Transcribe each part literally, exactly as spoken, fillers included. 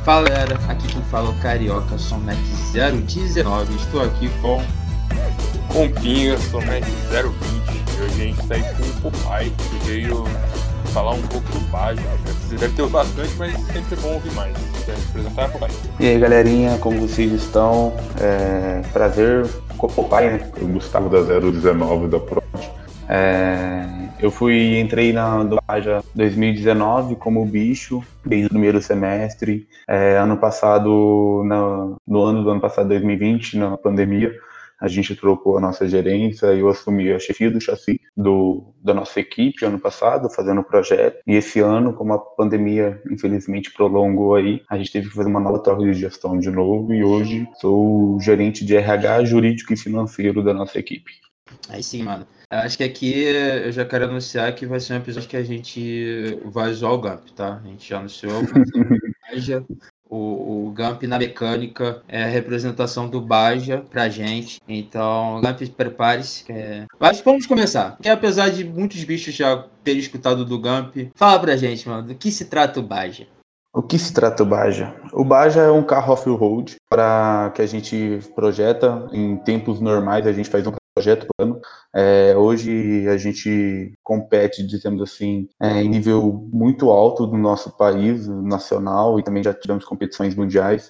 Fala galera, aqui quem fala é o Carioca, sou Mac zero dezenove, estou aqui com... Com Pinga, sou Mac zero vinte, e hoje a gente tá aí com o Popeye, que veio falar um pouco do Baja. Você deve ter bastante, mas sempre é bom ouvir mais. Quer se apresentar, Popeye? E aí galerinha, como vocês estão? É... Prazer com o Popeye, né? O Gustavo da zero dezenove da Prod. É... Eu fui, entrei na do Baja dois mil e dezenove como bicho, desde o primeiro semestre. É, ano passado, na... no ano do ano passado, dois mil e vinte, na pandemia, a gente trocou a nossa gerência e eu assumi a chefia do chassi do, da nossa equipe ano passado, fazendo o projeto. E esse ano, como a pandemia infelizmente prolongou aí, a gente teve que fazer uma nova troca de gestão de novo e hoje sou o gerente de R H, jurídico e financeiro da nossa equipe. Aí sim, mano. Eu acho que aqui eu já quero anunciar que vai ser um episódio que a gente vai zoar o Gump, tá? A gente já anunciou. Baja. O, o Gump na mecânica é a representação do Baja pra gente. Então, Gump, prepare-se. É... Mas vamos começar. Porque apesar de muitos bichos já terem escutado do Gump, fala pra gente, mano, do que se trata o Baja? O que se trata o Baja? O Baja é um carro off-road para que a gente projeta em tempos normais, a gente faz um projeto por ano. É, hoje a gente compete, dizemos assim, é, em nível muito alto do nosso país, nacional, e também já tivemos competições mundiais.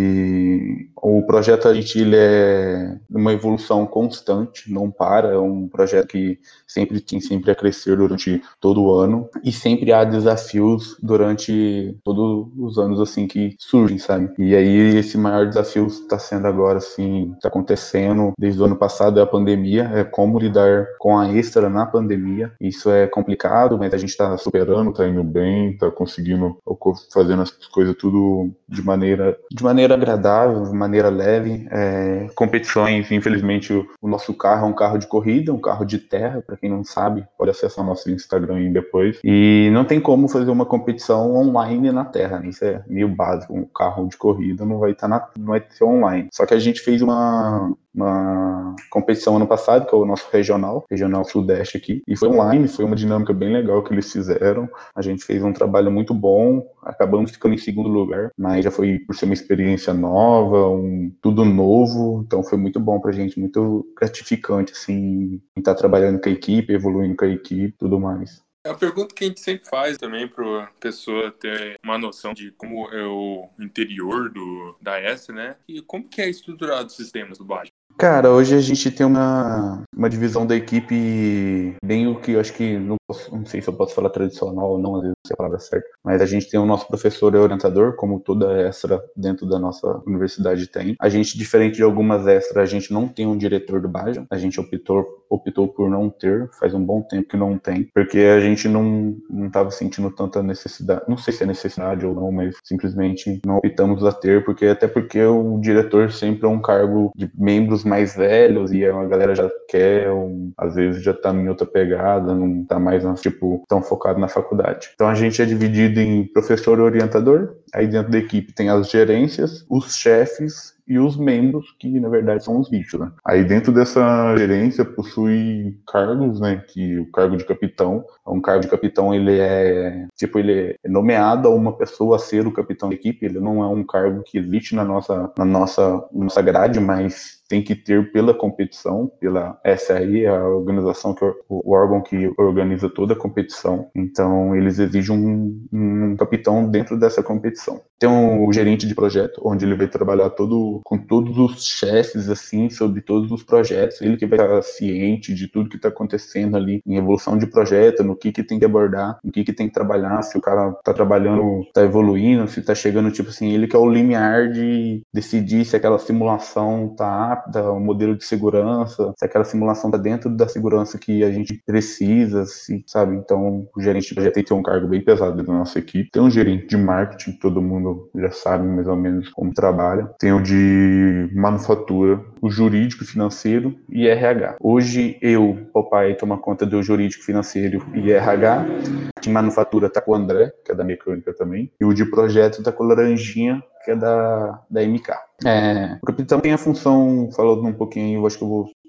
E o projeto a gente ele é uma evolução constante, não para, é um projeto que sempre tem sempre a crescer durante todo o ano e sempre há desafios durante todos os anos assim que surgem, sabe? E aí esse maior desafio está sendo agora assim, está acontecendo desde o ano passado, é a pandemia, é como lidar com a extra na pandemia. Isso é complicado, mas a gente está superando, está indo bem, está conseguindo fazendo as coisas tudo de maneira de maneira agradável, de maneira leve. É, competições, infelizmente o, o nosso carro é um carro de corrida, um carro de terra, para quem não sabe, pode acessar nosso Instagram depois. E não tem como fazer uma competição online na terra, né? Isso é meio básico. Um carro de corrida não vai estar na, não vai ser online. Só que a gente fez uma uma competição ano passado, que é o nosso regional, regional sudeste aqui, e foi online, foi uma dinâmica bem legal que eles fizeram. A gente fez um trabalho muito bom, acabamos ficando em segundo lugar, mas já foi por ser uma experiência nova, um tudo novo, então foi muito bom pra gente, muito gratificante, assim, estar trabalhando com a equipe, evoluindo com a equipe, tudo mais. É a pergunta que a gente sempre faz também para a pessoa ter uma noção de como é o interior do, da S, né? E como que é estruturado os sistemas do Baja? Cara, hoje a gente tem uma, uma divisão da equipe bem o que eu acho que, não, posso, não sei se eu posso falar tradicional ou não, às vezes não sei a palavra certa, mas a gente tem o nosso professor e orientador, como toda extra dentro da nossa universidade tem. A gente, diferente de algumas extras, a gente não tem um diretor do Baja, a gente optou, optou por não ter, faz um bom tempo que não tem, porque a gente não não estava sentindo tanta necessidade, não sei se é necessidade ou não, mas simplesmente não optamos a ter, porque até porque o diretor sempre é um cargo de membros mais velhos e a galera já quer, um, às vezes já tá em outra pegada, não tá mais, tipo, tão focado na faculdade. Então a gente é dividido em professor e orientador, aí dentro da equipe tem as gerências, os chefes e os membros, que na verdade são os bichos, né? Aí dentro dessa gerência possui cargos, né? Que o cargo de capitão, um cargo de capitão ele é, tipo, ele é nomeado a uma pessoa a ser o capitão da equipe, ele não é um cargo que existe na nossa, na nossa, nossa grade, mas tem que ter pela competição, pela S A I, a organização, que, o órgão que organiza toda a competição. Então, eles exigem um, um capitão dentro dessa competição. Tem um, o gerente de projeto, onde ele vai trabalhar todo, com todos os chefes, assim, sobre todos os projetos. Ele que vai estar ciente de tudo que está acontecendo ali em evolução de projeto, no que, que tem que abordar, no que, que tem que trabalhar, se o cara está trabalhando, está evoluindo, se está chegando, tipo assim, ele que é o limiar de decidir se aquela simulação está apta, o modelo de segurança, se aquela simulação está dentro da segurança que a gente precisa, se, sabe? Então, o gerente de projeto tem que ter um cargo bem pesado da nossa equipe. Tem um gerente de marketing, todo mundo já sabe mais ou menos como trabalha. Tem o de manufatura, o jurídico financeiro e R H. Hoje, eu, papai, tomo conta do jurídico financeiro e R H. De manufatura tá com o André, que é da mecânica também. E o de projeto tá com o Laranjinha, que é da, da M K. É, o capitão tem a função, falando um pouquinho, eu acho que eu vou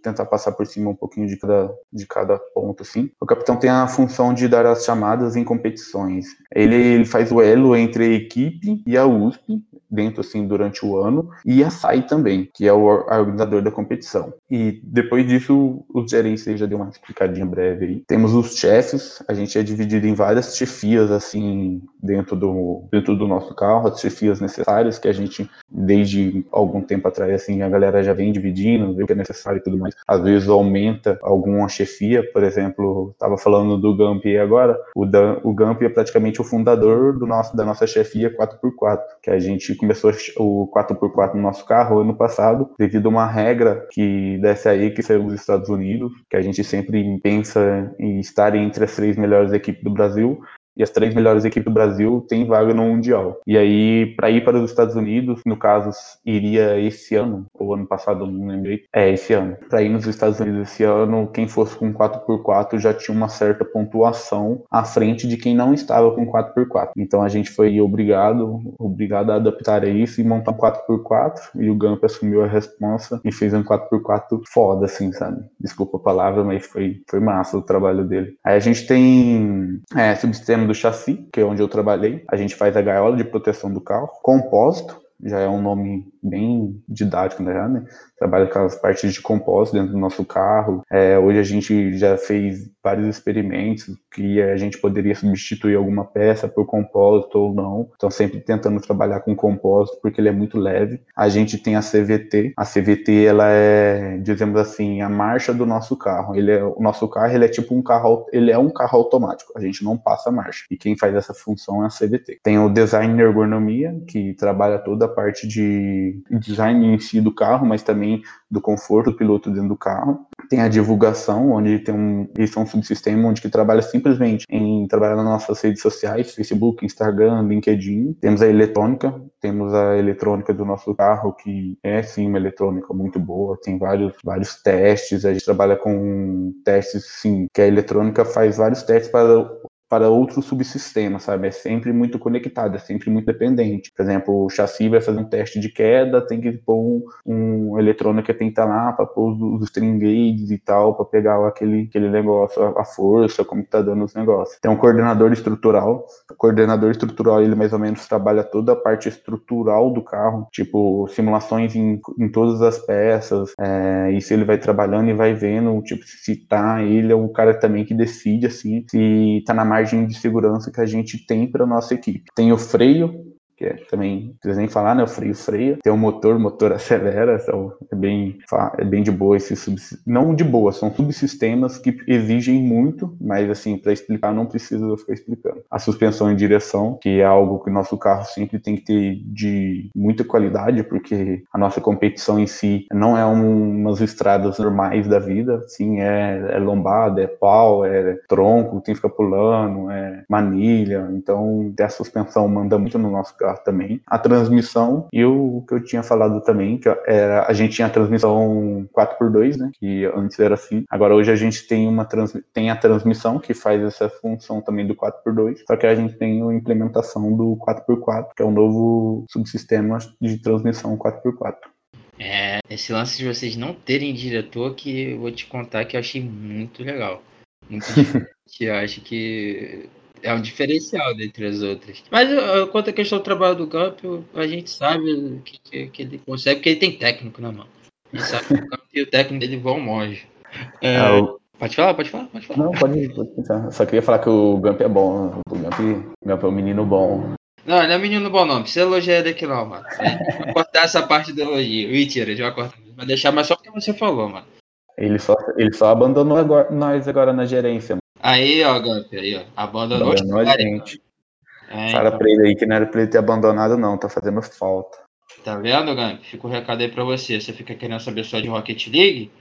tentar passar por cima um pouquinho de cada, de cada ponto, assim. O capitão tem a função de dar as chamadas em competições. Ele, ele faz o elo entre a equipe e a U S P, dentro, assim, durante o ano, e a S A I também, que é o organizador da competição. E depois disso, os gerentes, já deu uma explicadinha breve aí. Temos os chefes, a gente é dividido em várias chefias, assim, dentro do, dentro do nosso carro, as chefias necessárias, que a gente, desde algum tempo atrás, assim, a galera já vem dividindo, vê o que é necessário e tudo mais. Às vezes aumenta alguma chefia, por exemplo, estava falando do Gamp agora, o, Dan, o Gamp é praticamente o fundador do nosso, da nossa chefia quatro por quatro, que a gente começou o quatro por quatro no nosso carro ano passado, devido a uma regra que desse aí, que saiu dos Estados Unidos, que a gente sempre pensa em estar entre as três melhores equipes do Brasil, e as três melhores equipes do Brasil têm vaga no Mundial. E aí, para ir para os Estados Unidos, no caso, iria esse ano, ou ano passado, não lembrei, é, esse ano. Para ir nos Estados Unidos esse ano, quem fosse com quatro por quatro já tinha uma certa pontuação à frente de quem não estava com quatro por quatro. Então a gente foi obrigado, obrigado a adaptar a isso e montar um quatro por quatro, e o Gamp assumiu a responsa e fez um quatro por quatro foda, assim, sabe? Desculpa a palavra, mas foi, foi massa o trabalho dele. Aí a gente tem é, subsistema do chassi, que é onde eu trabalhei. A gente faz a gaiola de proteção do carro. Compósito, já é um nome bem didático, né? Trabalha com as partes de compósito dentro do nosso carro. É, hoje a gente já fez vários experimentos que a gente poderia substituir alguma peça por compósito ou não. Então sempre tentando trabalhar com compósito porque ele é muito leve. A gente tem a C V T. A C V T, ela é, dizemos assim, a marcha do nosso carro. Ele é, o nosso carro, ele é tipo um carro, ele é um carro automático. A gente não passa marcha. E quem faz essa função é a C V T. Tem o design e ergonomia, que trabalha toda a parte de design em si do carro, mas também do conforto do piloto dentro do carro. Tem a divulgação, onde tem um, isso é um subsistema onde que trabalha simplesmente em trabalhar nas nossas redes sociais, Facebook, Instagram, LinkedIn. Temos a eletrônica, temos a eletrônica do nosso carro, que é sim uma eletrônica muito boa, tem vários, vários testes, a gente trabalha com testes, sim, que a eletrônica faz vários testes para para outros subsistemas, sabe? É sempre muito conectado, é sempre muito dependente. Por exemplo, o chassi vai fazer um teste de queda, tem que pôr um, um eletrônica que tem que estar lá para pôr os, os string gauges e tal, para pegar aquele, aquele negócio, a, a força, como que tá dando os negócios. Tem um coordenador estrutural. O coordenador estrutural, ele mais ou menos trabalha toda a parte estrutural do carro, tipo, simulações em, em todas as peças, é, isso ele vai trabalhando e vai vendo, tipo, se tá, ele é o cara também que decide, assim, se tá na margem de segurança que a gente tem para nossa equipe. Tem o freio, que é também, não precisa nem falar, né? O freio freia. Tem o motor, o motor acelera, então é bem, é bem de boa esse subsistema. Não de boa, são subsistemas que exigem muito, mas assim, para explicar não precisa eu ficar explicando. A suspensão em direção, que é algo que o nosso carro sempre tem que ter de muita qualidade, porque a nossa competição em si não é um, umas estradas normais da vida, sim, é, é lombada, é pau, é tronco, tem que ficar pulando, é manilha, então a suspensão manda muito no nosso carro também. A transmissão, e o que eu tinha falado também, que era, a gente tinha a transmissão quatro por dois, né, que antes era assim. Agora hoje a gente tem, uma trans, tem a transmissão, que faz essa função também do quatro por dois, só que a gente tem a implementação do quatro por quatro, que é um novo subsistema de transmissão quatro por quatro. É, esse lance de vocês não terem diretor, que eu vou te contar que eu achei muito legal. Muito diferente. Eu acho que é um diferencial dentre as outras. Mas quanto à questão do trabalho do Gamp, a gente sabe que, que, que ele consegue, porque ele tem técnico na mão. A gente sabe que o Gamp e o técnico dele vão longe. É, ah, o... Pode falar, pode falar, pode falar. Não, pode, pode pensar. Eu só queria falar que o Gamp é bom. O Gamp, o Gamp é um menino bom. Não, ele é um menino bom, não. Não precisa elogiar ele aqui, não, mano. A gente vai cortar essa parte do elogio. Mentira, a gente vai cortar. Vai deixar mais só porque você falou, mano. Ele só, ele só abandonou agora, nós agora na gerência. Mano. Aí, ó, Gamp, aí, ó. Abandonou, abandonou a gente. É, Fala então. pra ele aí que não era pra ele ter abandonado, não. Tá fazendo falta. Tá vendo, Gamp? Fica o um recado aí pra você. Você fica querendo saber só de Rocket League?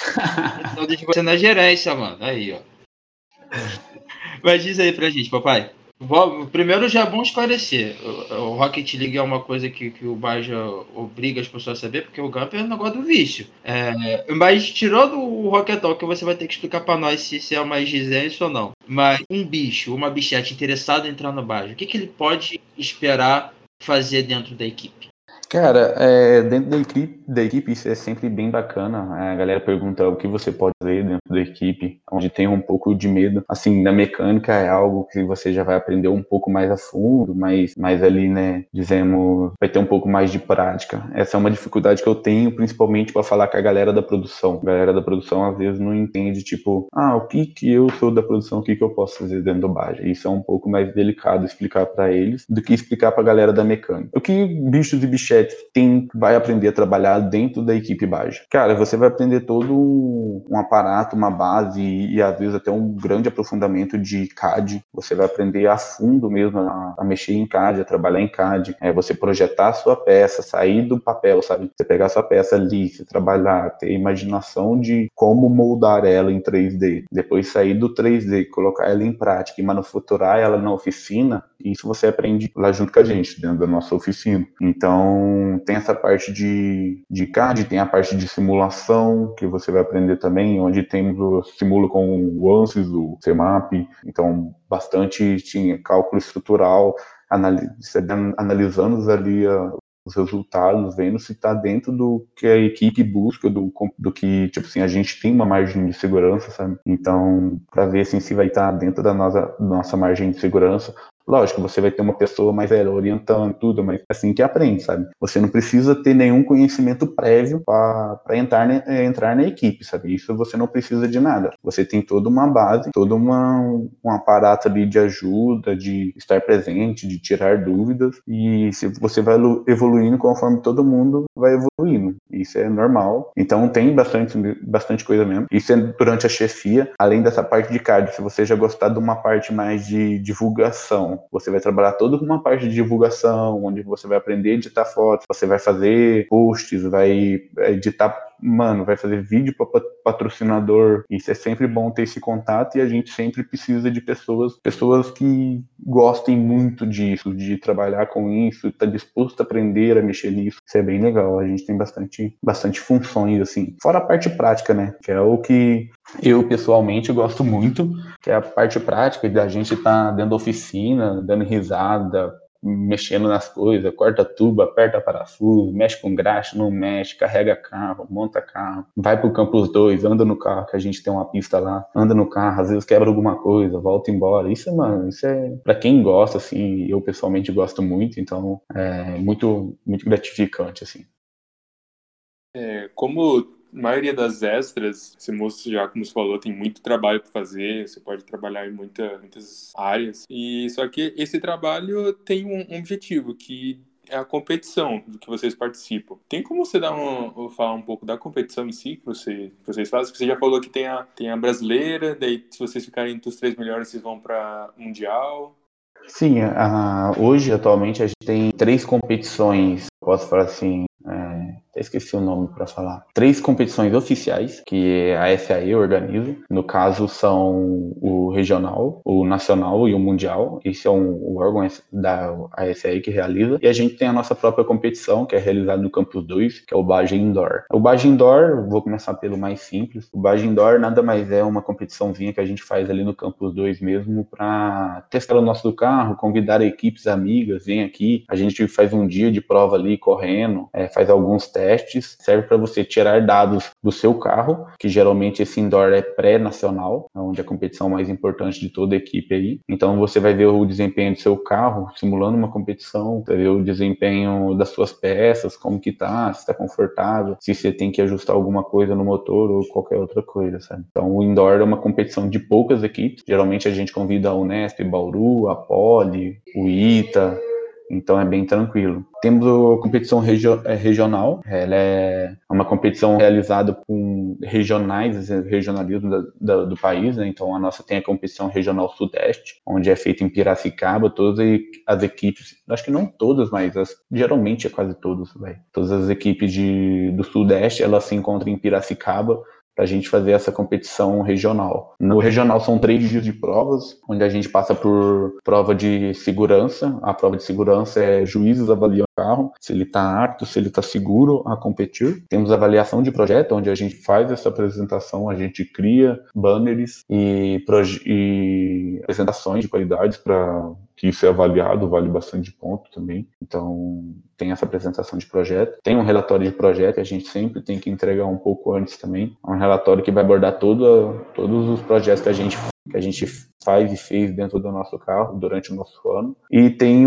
Então deixa você na gerência, mano. Aí, ó. Mas diz aí pra gente, papai. Primeiro já é bom esclarecer. O Rocket League é uma coisa que, que o Baja obriga as pessoas a saber, porque o Gamp é um negócio do vício. É, mas tirando o Rocket Talk, que você vai ter que explicar pra nós se, se é uma exigência ou não. Mas um bicho, uma bichete interessada em entrar no Baja, o que, que ele pode esperar fazer dentro da equipe? Cara, é, dentro da equipe, da equipe isso é sempre bem bacana. A galera pergunta o que você pode fazer dentro da equipe, onde tem um pouco de medo. Assim, na mecânica é algo que você já vai aprender um pouco mais a fundo, mas, mas ali, né, dizemos, vai ter um pouco mais de prática. Essa é uma dificuldade que eu tenho, principalmente para falar com a galera da produção. A galera da produção às vezes não entende, tipo, ah, o que que eu sou da produção, o que que eu posso fazer dentro do Baja. Isso é um pouco mais delicado explicar para eles do que explicar para a galera da mecânica. O que bichos e bichetes tem, vai aprender a trabalhar dentro da equipe Baja? Cara, você vai aprender todo um, um aparato, uma base e, e às vezes até um grande aprofundamento de C A D. Você vai aprender a fundo mesmo a, a mexer em C A D, a trabalhar em C A D. É você projetar a sua peça, sair do papel, sabe? Você pegar a sua peça ali, você trabalhar, ter imaginação de como moldar ela em três D. Depois sair do três D, colocar ela em prática e manufaturar ela na oficina. Isso você aprende lá junto com a gente, dentro da nossa oficina. Então, tem essa parte de, de C A D, tem a parte de simulação, que você vai aprender também, onde temos o simula com o ANSYS, o C M A P, então bastante tinha cálculo estrutural, analis, analisando ali a, os resultados, vendo se está dentro do que a equipe busca, do, do que, tipo assim, a gente tem uma margem de segurança, sabe? Então, para ver assim, se vai estar tá dentro da nossa, nossa margem de segurança. Lógico, você vai ter uma pessoa mais velha orientando tudo, mas é assim que aprende, sabe? Você não precisa ter nenhum conhecimento prévio para entrar, entrar na equipe, sabe? Isso você não precisa de nada. Você tem toda uma base, todo uma, um aparato ali de ajuda, de estar presente, de tirar dúvidas, e se você vai evoluindo conforme todo mundo vai evoluindo. Isso é normal. Então tem bastante, bastante coisa mesmo. Isso é durante a chefia, além dessa parte de C A D. Se você já gostar de uma parte mais de divulgação, você vai trabalhar toda uma parte de divulgação, onde você vai aprender a editar fotos, você vai fazer posts, vai editar, mano, vai fazer vídeo para patrocinador. Isso é sempre bom ter esse contato e a gente sempre precisa de pessoas, pessoas que gostem muito disso, de trabalhar com isso, tá disposto a aprender a mexer nisso. Isso é bem legal. A gente tem bastante, bastante funções, assim. Fora a parte prática, né? Que é o que eu, pessoalmente, gosto muito, que é a parte prática da gente estar tá dentro da oficina, dando risada, mexendo nas coisas, corta tubo, aperta parafuso, mexe com graxa, não mexe, carrega carro, monta carro, vai pro Campus dois, anda no carro, que a gente tem uma pista lá, anda no carro, às vezes quebra alguma coisa, volta embora. Isso, mano, isso é pra quem gosta, assim, eu pessoalmente gosto muito, então é muito, muito gratificante, assim. É, como a maioria das extras, esse moço já, como você falou, tem muito trabalho para fazer, você pode trabalhar em muita, muitas áreas, e só que esse trabalho tem um, um objetivo, que é a competição do que vocês participam. Tem como você dar um, falar um pouco da competição em si que, você, que vocês fazem? Você já falou que tem a, tem a brasileira, daí se vocês ficarem entre os três melhores, vocês vão para mundial. Sim, a, hoje, atualmente, a gente tem três competições, posso falar assim, é, até esqueci o nome para falar. Três competições oficiais que a S A E organiza. No caso, são o regional, o nacional e o mundial. Esse é um, o órgão da S A E que realiza. E a gente tem a nossa própria competição, que é realizada no Campus dois, que é o Baja Indoor. O Baja Indoor, vou começar pelo mais simples. O Baja Indoor nada mais é uma competiçãozinha que a gente faz ali no Campus dois mesmo para testar o nosso carro, convidar equipes amigas, vem aqui. A gente faz um dia de prova ali correndo, é, faz alguns testes, serve para você tirar dados do seu carro, que geralmente esse indoor é pré-nacional, onde é a competição mais importante de toda a equipe aí. Então você vai ver o desempenho do seu carro, simulando uma competição, vai ver o desempenho das suas peças, como que tá, se tá confortável, se você tem que ajustar alguma coisa no motor ou qualquer outra coisa, sabe? Então o indoor é uma competição de poucas equipes, geralmente a gente convida a Unesp, Bauru, a Poli, o ITA, então é bem tranquilo. Temos a competição regio- regional, ela é uma competição realizada com regionais, regionalismo da, da, do país, né? Então a nossa tem a competição regional sudeste, onde é feita em Piracicaba, todas as equipes, acho que não todas, mas as, geralmente é quase todas, véio. Todas as equipes de, do sudeste, elas se encontram em Piracicaba, para a gente fazer essa competição regional. No regional são três dias de provas, onde a gente passa por prova de segurança. A prova de segurança é juízes avaliam o carro, se ele está apto, se ele está seguro a competir. Temos avaliação de projeto, onde a gente faz essa apresentação, a gente cria banners e, e apresentações de qualidades para que isso é avaliado, vale bastante ponto também. Então, tem essa apresentação de projeto. Tem um relatório de projeto que a gente sempre tem que entregar um pouco antes também. É um relatório que vai abordar todo, todos os projetos que a gente que a gente faz e fez dentro do nosso carro durante o nosso ano. E tem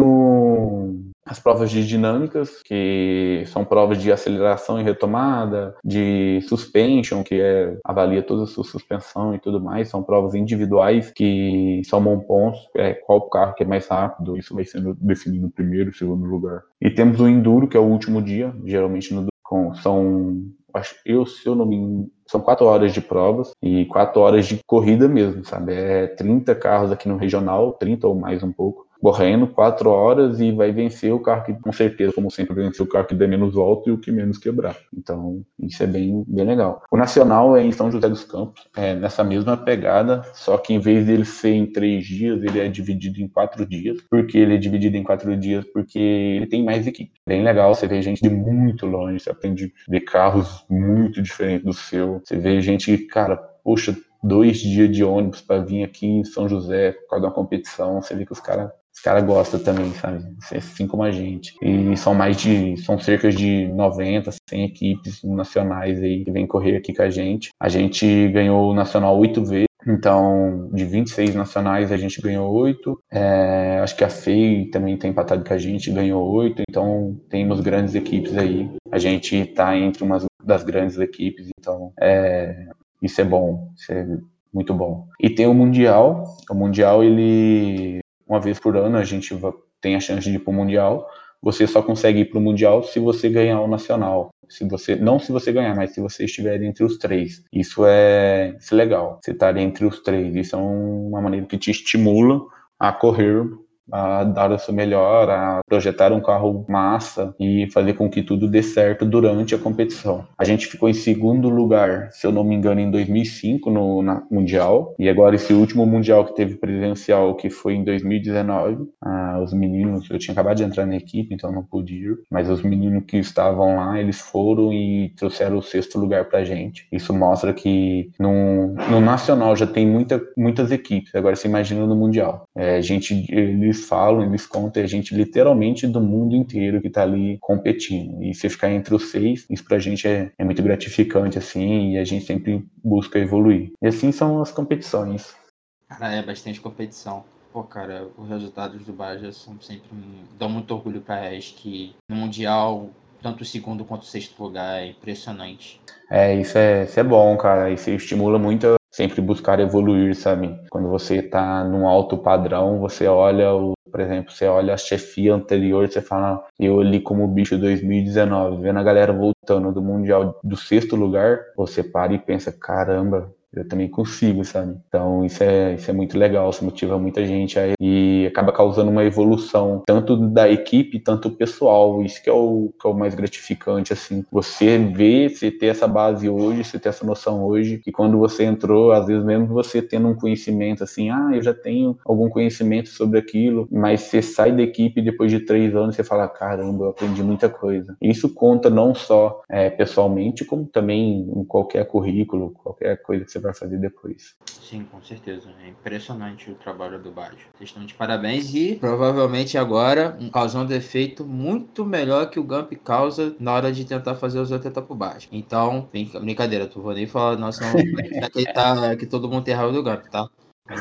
o, as provas de dinâmicas, que são provas de aceleração e retomada, de suspension, que é, avalia toda a sua suspensão e tudo mais. São provas individuais que somam pontos, é, qual carro que é mais rápido, isso vai sendo definido no primeiro e segundo lugar. E temos o enduro, que é o último dia, geralmente no com, são... Acho, eu, se eu não me engano, são quatro horas de provas e quatro horas de corrida mesmo, sabe? É trinta carros aqui no regional, trinta ou mais um pouco, correndo quatro horas e vai vencer o carro que, com certeza, como sempre, vai vencer o carro que der menos volta e o que menos quebrar. Então, isso é bem, bem legal. O Nacional é em São José dos Campos, é nessa mesma pegada, só que em vez dele ser em três dias, ele é dividido em quatro dias. Por que ele é dividido em quatro dias? Porque ele tem mais equipe. Bem legal, você vê gente de muito longe, você aprende a ver carros muito diferentes do seu. Você vê gente que, cara, poxa, dois dias de ônibus para vir aqui em São José por causa de uma competição, você vê que os caras Os caras gostam também, sabe? Assim como a gente. E são mais de. São cerca de noventa, cem equipes nacionais aí que vêm correr aqui com a gente. A gente ganhou o Nacional oito vezes. Então, de vinte e seis nacionais, a gente ganhou oito. É, acho que a F E I também tem empatado com a gente, ganhou oito. Então, temos grandes equipes aí. A gente está entre uma das grandes equipes. Então, é, isso é bom. Isso é muito bom. E tem o Mundial. O Mundial, ele... Uma vez por ano a gente tem a chance de ir para o Mundial. Você só consegue ir para o Mundial se você ganhar o Nacional. Se você, não se você ganhar, mas se você estiver entre os três. Isso é, isso é legal, você estar entre os três. Isso é uma maneira que te estimula a correr, a dar o seu melhor, a projetar um carro massa e fazer com que tudo dê certo durante a competição. A gente ficou em segundo lugar, se eu não me engano, em dois mil e cinco no na Mundial, e agora esse último Mundial que teve presencial, que foi em dois mil e dezenove, ah, os meninos, eu tinha acabado de entrar na equipe, então não pude ir, mas os meninos que estavam lá, eles foram e trouxeram o sexto lugar pra gente. Isso mostra que no, no Nacional já tem muita, muitas equipes, agora você imagina no Mundial. É, a gente, eles falam, eles contam, a gente literalmente do mundo inteiro que tá ali competindo. E você ficar entre os seis, isso pra gente é, é muito gratificante, assim, e a gente sempre busca evoluir. E assim são as competições. Cara, é bastante competição. Pô, cara, os resultados do Baja são sempre... dão muito orgulho pra Res, que no Mundial, tanto o segundo quanto o sexto lugar, é impressionante. É, isso é, isso é bom, cara, isso estimula muito a sempre buscar evoluir, sabe? Quando você tá num alto padrão, você olha, o, por exemplo, você olha a chefia anterior, você fala, eu ali como bicho dois mil e dezenove, vendo a galera voltando do Mundial do sexto lugar, você para e pensa, caramba, eu também consigo, sabe? Então isso é, isso é muito legal, isso motiva muita gente aí e acaba causando uma evolução, tanto da equipe, tanto pessoal. Isso que é o, que é o mais gratificante, assim. Você vê, você ter essa base hoje, você ter essa noção hoje, que quando você entrou, às vezes mesmo você tendo um conhecimento assim, ah, eu já tenho algum conhecimento sobre aquilo, mas você sai da equipe depois de três anos, você fala, caramba, eu aprendi muita coisa. Isso conta não só é, pessoalmente, como também em qualquer currículo, qualquer coisa que você vai fazer depois. Sim, com certeza. É impressionante o trabalho do Baja. Vocês estão de parabéns e provavelmente agora um causando efeito muito melhor que o Gump causa na hora de tentar fazer os outros etapas baixas. Então, brincadeira, tu vou nem falar, não, senão que, tá, que todo mundo tem raiva do Gump, tá?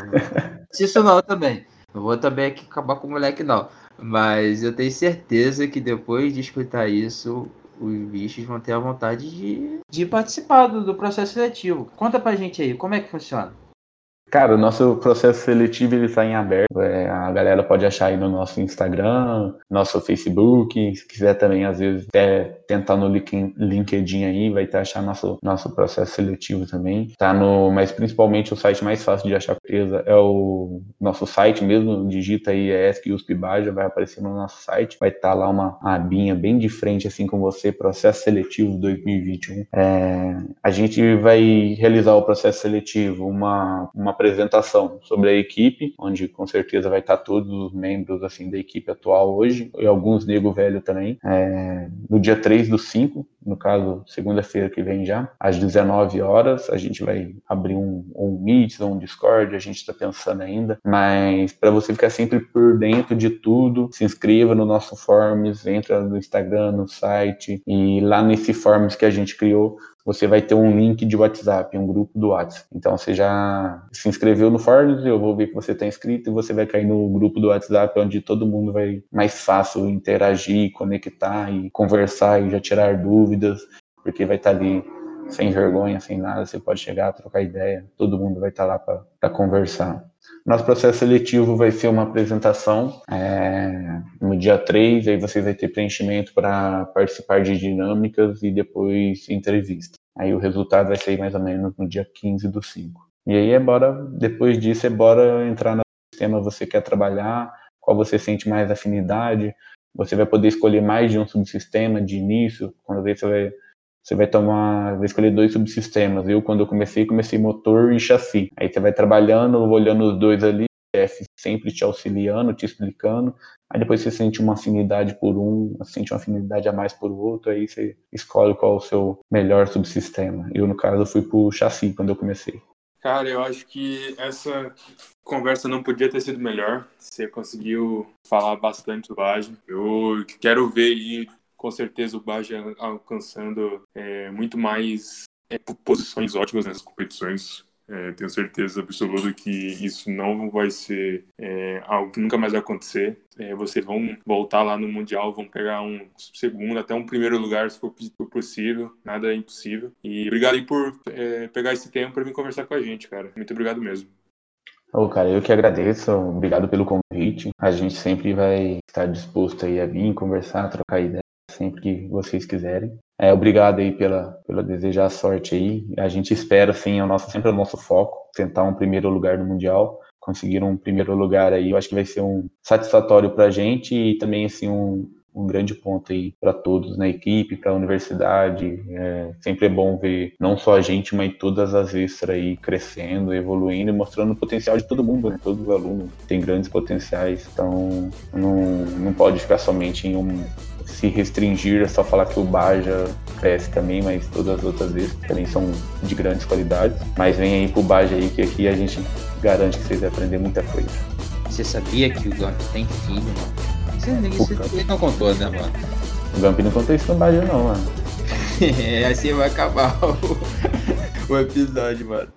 Isso não também. Não vou também aqui acabar com o moleque, não. Mas eu tenho certeza que depois de escutar isso, os bichos vão ter a vontade de, de participar do, do processo seletivo. Conta pra gente aí, como é que funciona? Cara, o nosso processo seletivo ele está em aberto. É, a galera pode achar aí no nosso Instagram, nosso Facebook. Se quiser também, às vezes, até tentar no LinkedIn aí, vai ter achar nosso, nosso processo seletivo também. Tá no, mas principalmente o site mais fácil de achar coisa é o nosso site mesmo. Digita aí E S C U S P Baja, vai aparecer no nosso site. Vai estar lá uma abinha bem de frente assim com você, processo seletivo dois mil e vinte e um. É, a gente vai realizar o processo seletivo, uma, uma apresentação sobre a equipe, onde com certeza vai estar todos os membros assim da equipe atual hoje, e alguns nego velho também, é, no dia três do cinco, no caso, segunda-feira que vem já, às dezenove horas, a gente vai abrir um, um Meet ou um Discord, a gente está pensando ainda, mas para você ficar sempre por dentro de tudo, se inscreva no nosso Forms, entra no Instagram, no site, e lá nesse Forms que a gente criou, você vai ter um link de WhatsApp, um grupo do WhatsApp. Então você já se inscreveu no Forms, eu vou ver que você está inscrito e você vai cair no grupo do WhatsApp, onde todo mundo vai mais fácil interagir, conectar e conversar e já tirar dúvidas, porque vai estar ali sem vergonha, sem nada, você pode chegar, trocar ideia, todo mundo vai estar lá para conversar. Nosso processo seletivo vai ser uma apresentação é, no dia três, aí você vai ter preenchimento para participar de dinâmicas e depois entrevista. Aí o resultado vai sair mais ou menos no dia quinze do cinco. E aí é bora, depois disso é bora entrar no sistema que você quer trabalhar, qual você sente mais afinidade, você vai poder escolher mais de um subsistema de início, quando você vai... Você vai tomar, vai escolher dois subsistemas. Eu, quando eu comecei, comecei motor e chassi. Aí você vai trabalhando, olhando os dois ali, o chefe sempre te auxiliando, te explicando. Aí depois você sente uma afinidade por um, sente uma afinidade a mais por outro, aí você escolhe qual é o seu melhor subsistema. Eu, no caso, fui pro chassi quando eu comecei. Cara, eu acho que essa conversa não podia ter sido melhor. Você conseguiu falar bastante do Baja. Eu quero ver aí, com certeza, o Baja alcançando é, muito mais é, posições ótimas nessas competições. É, tenho certeza absoluta que isso não vai ser é, algo que nunca mais vai acontecer. É, vocês vão voltar lá no Mundial, vão pegar um segundo, até um primeiro lugar, se for possível. Nada é impossível. E obrigado aí por é, pegar esse tempo para vir conversar com a gente, cara. Muito obrigado mesmo. Ô, cara, eu que agradeço. Obrigado pelo convite. A gente sempre vai estar disposto aí a vir conversar, trocar ideia, sempre que vocês quiserem. É, obrigado aí pela, pela desejar sorte aí. A gente espera, sim, é o nosso, sempre é o nosso foco, tentar um primeiro lugar no Mundial, conseguir um primeiro lugar aí, eu acho que vai ser um satisfatório pra gente e também, assim, um, um grande ponto aí para todos na equipe, para a universidade. É, sempre é bom ver não só a gente, mas todas as extras aí crescendo, evoluindo e mostrando o potencial de todo mundo, né? Todos os alunos têm grandes potenciais, então não, não pode ficar somente em um... se restringir, é só falar que o Baja cresce também, mas todas as outras vezes também são de grandes qualidades. Mas vem aí pro Baja aí, que aqui a gente garante que vocês vão aprender muita coisa. Você sabia que o Gump tem filho, mano? Você, você não contou, né, mano? O Gump não contou isso no Baja não, mano. É, assim vai acabar o, o episódio, mano.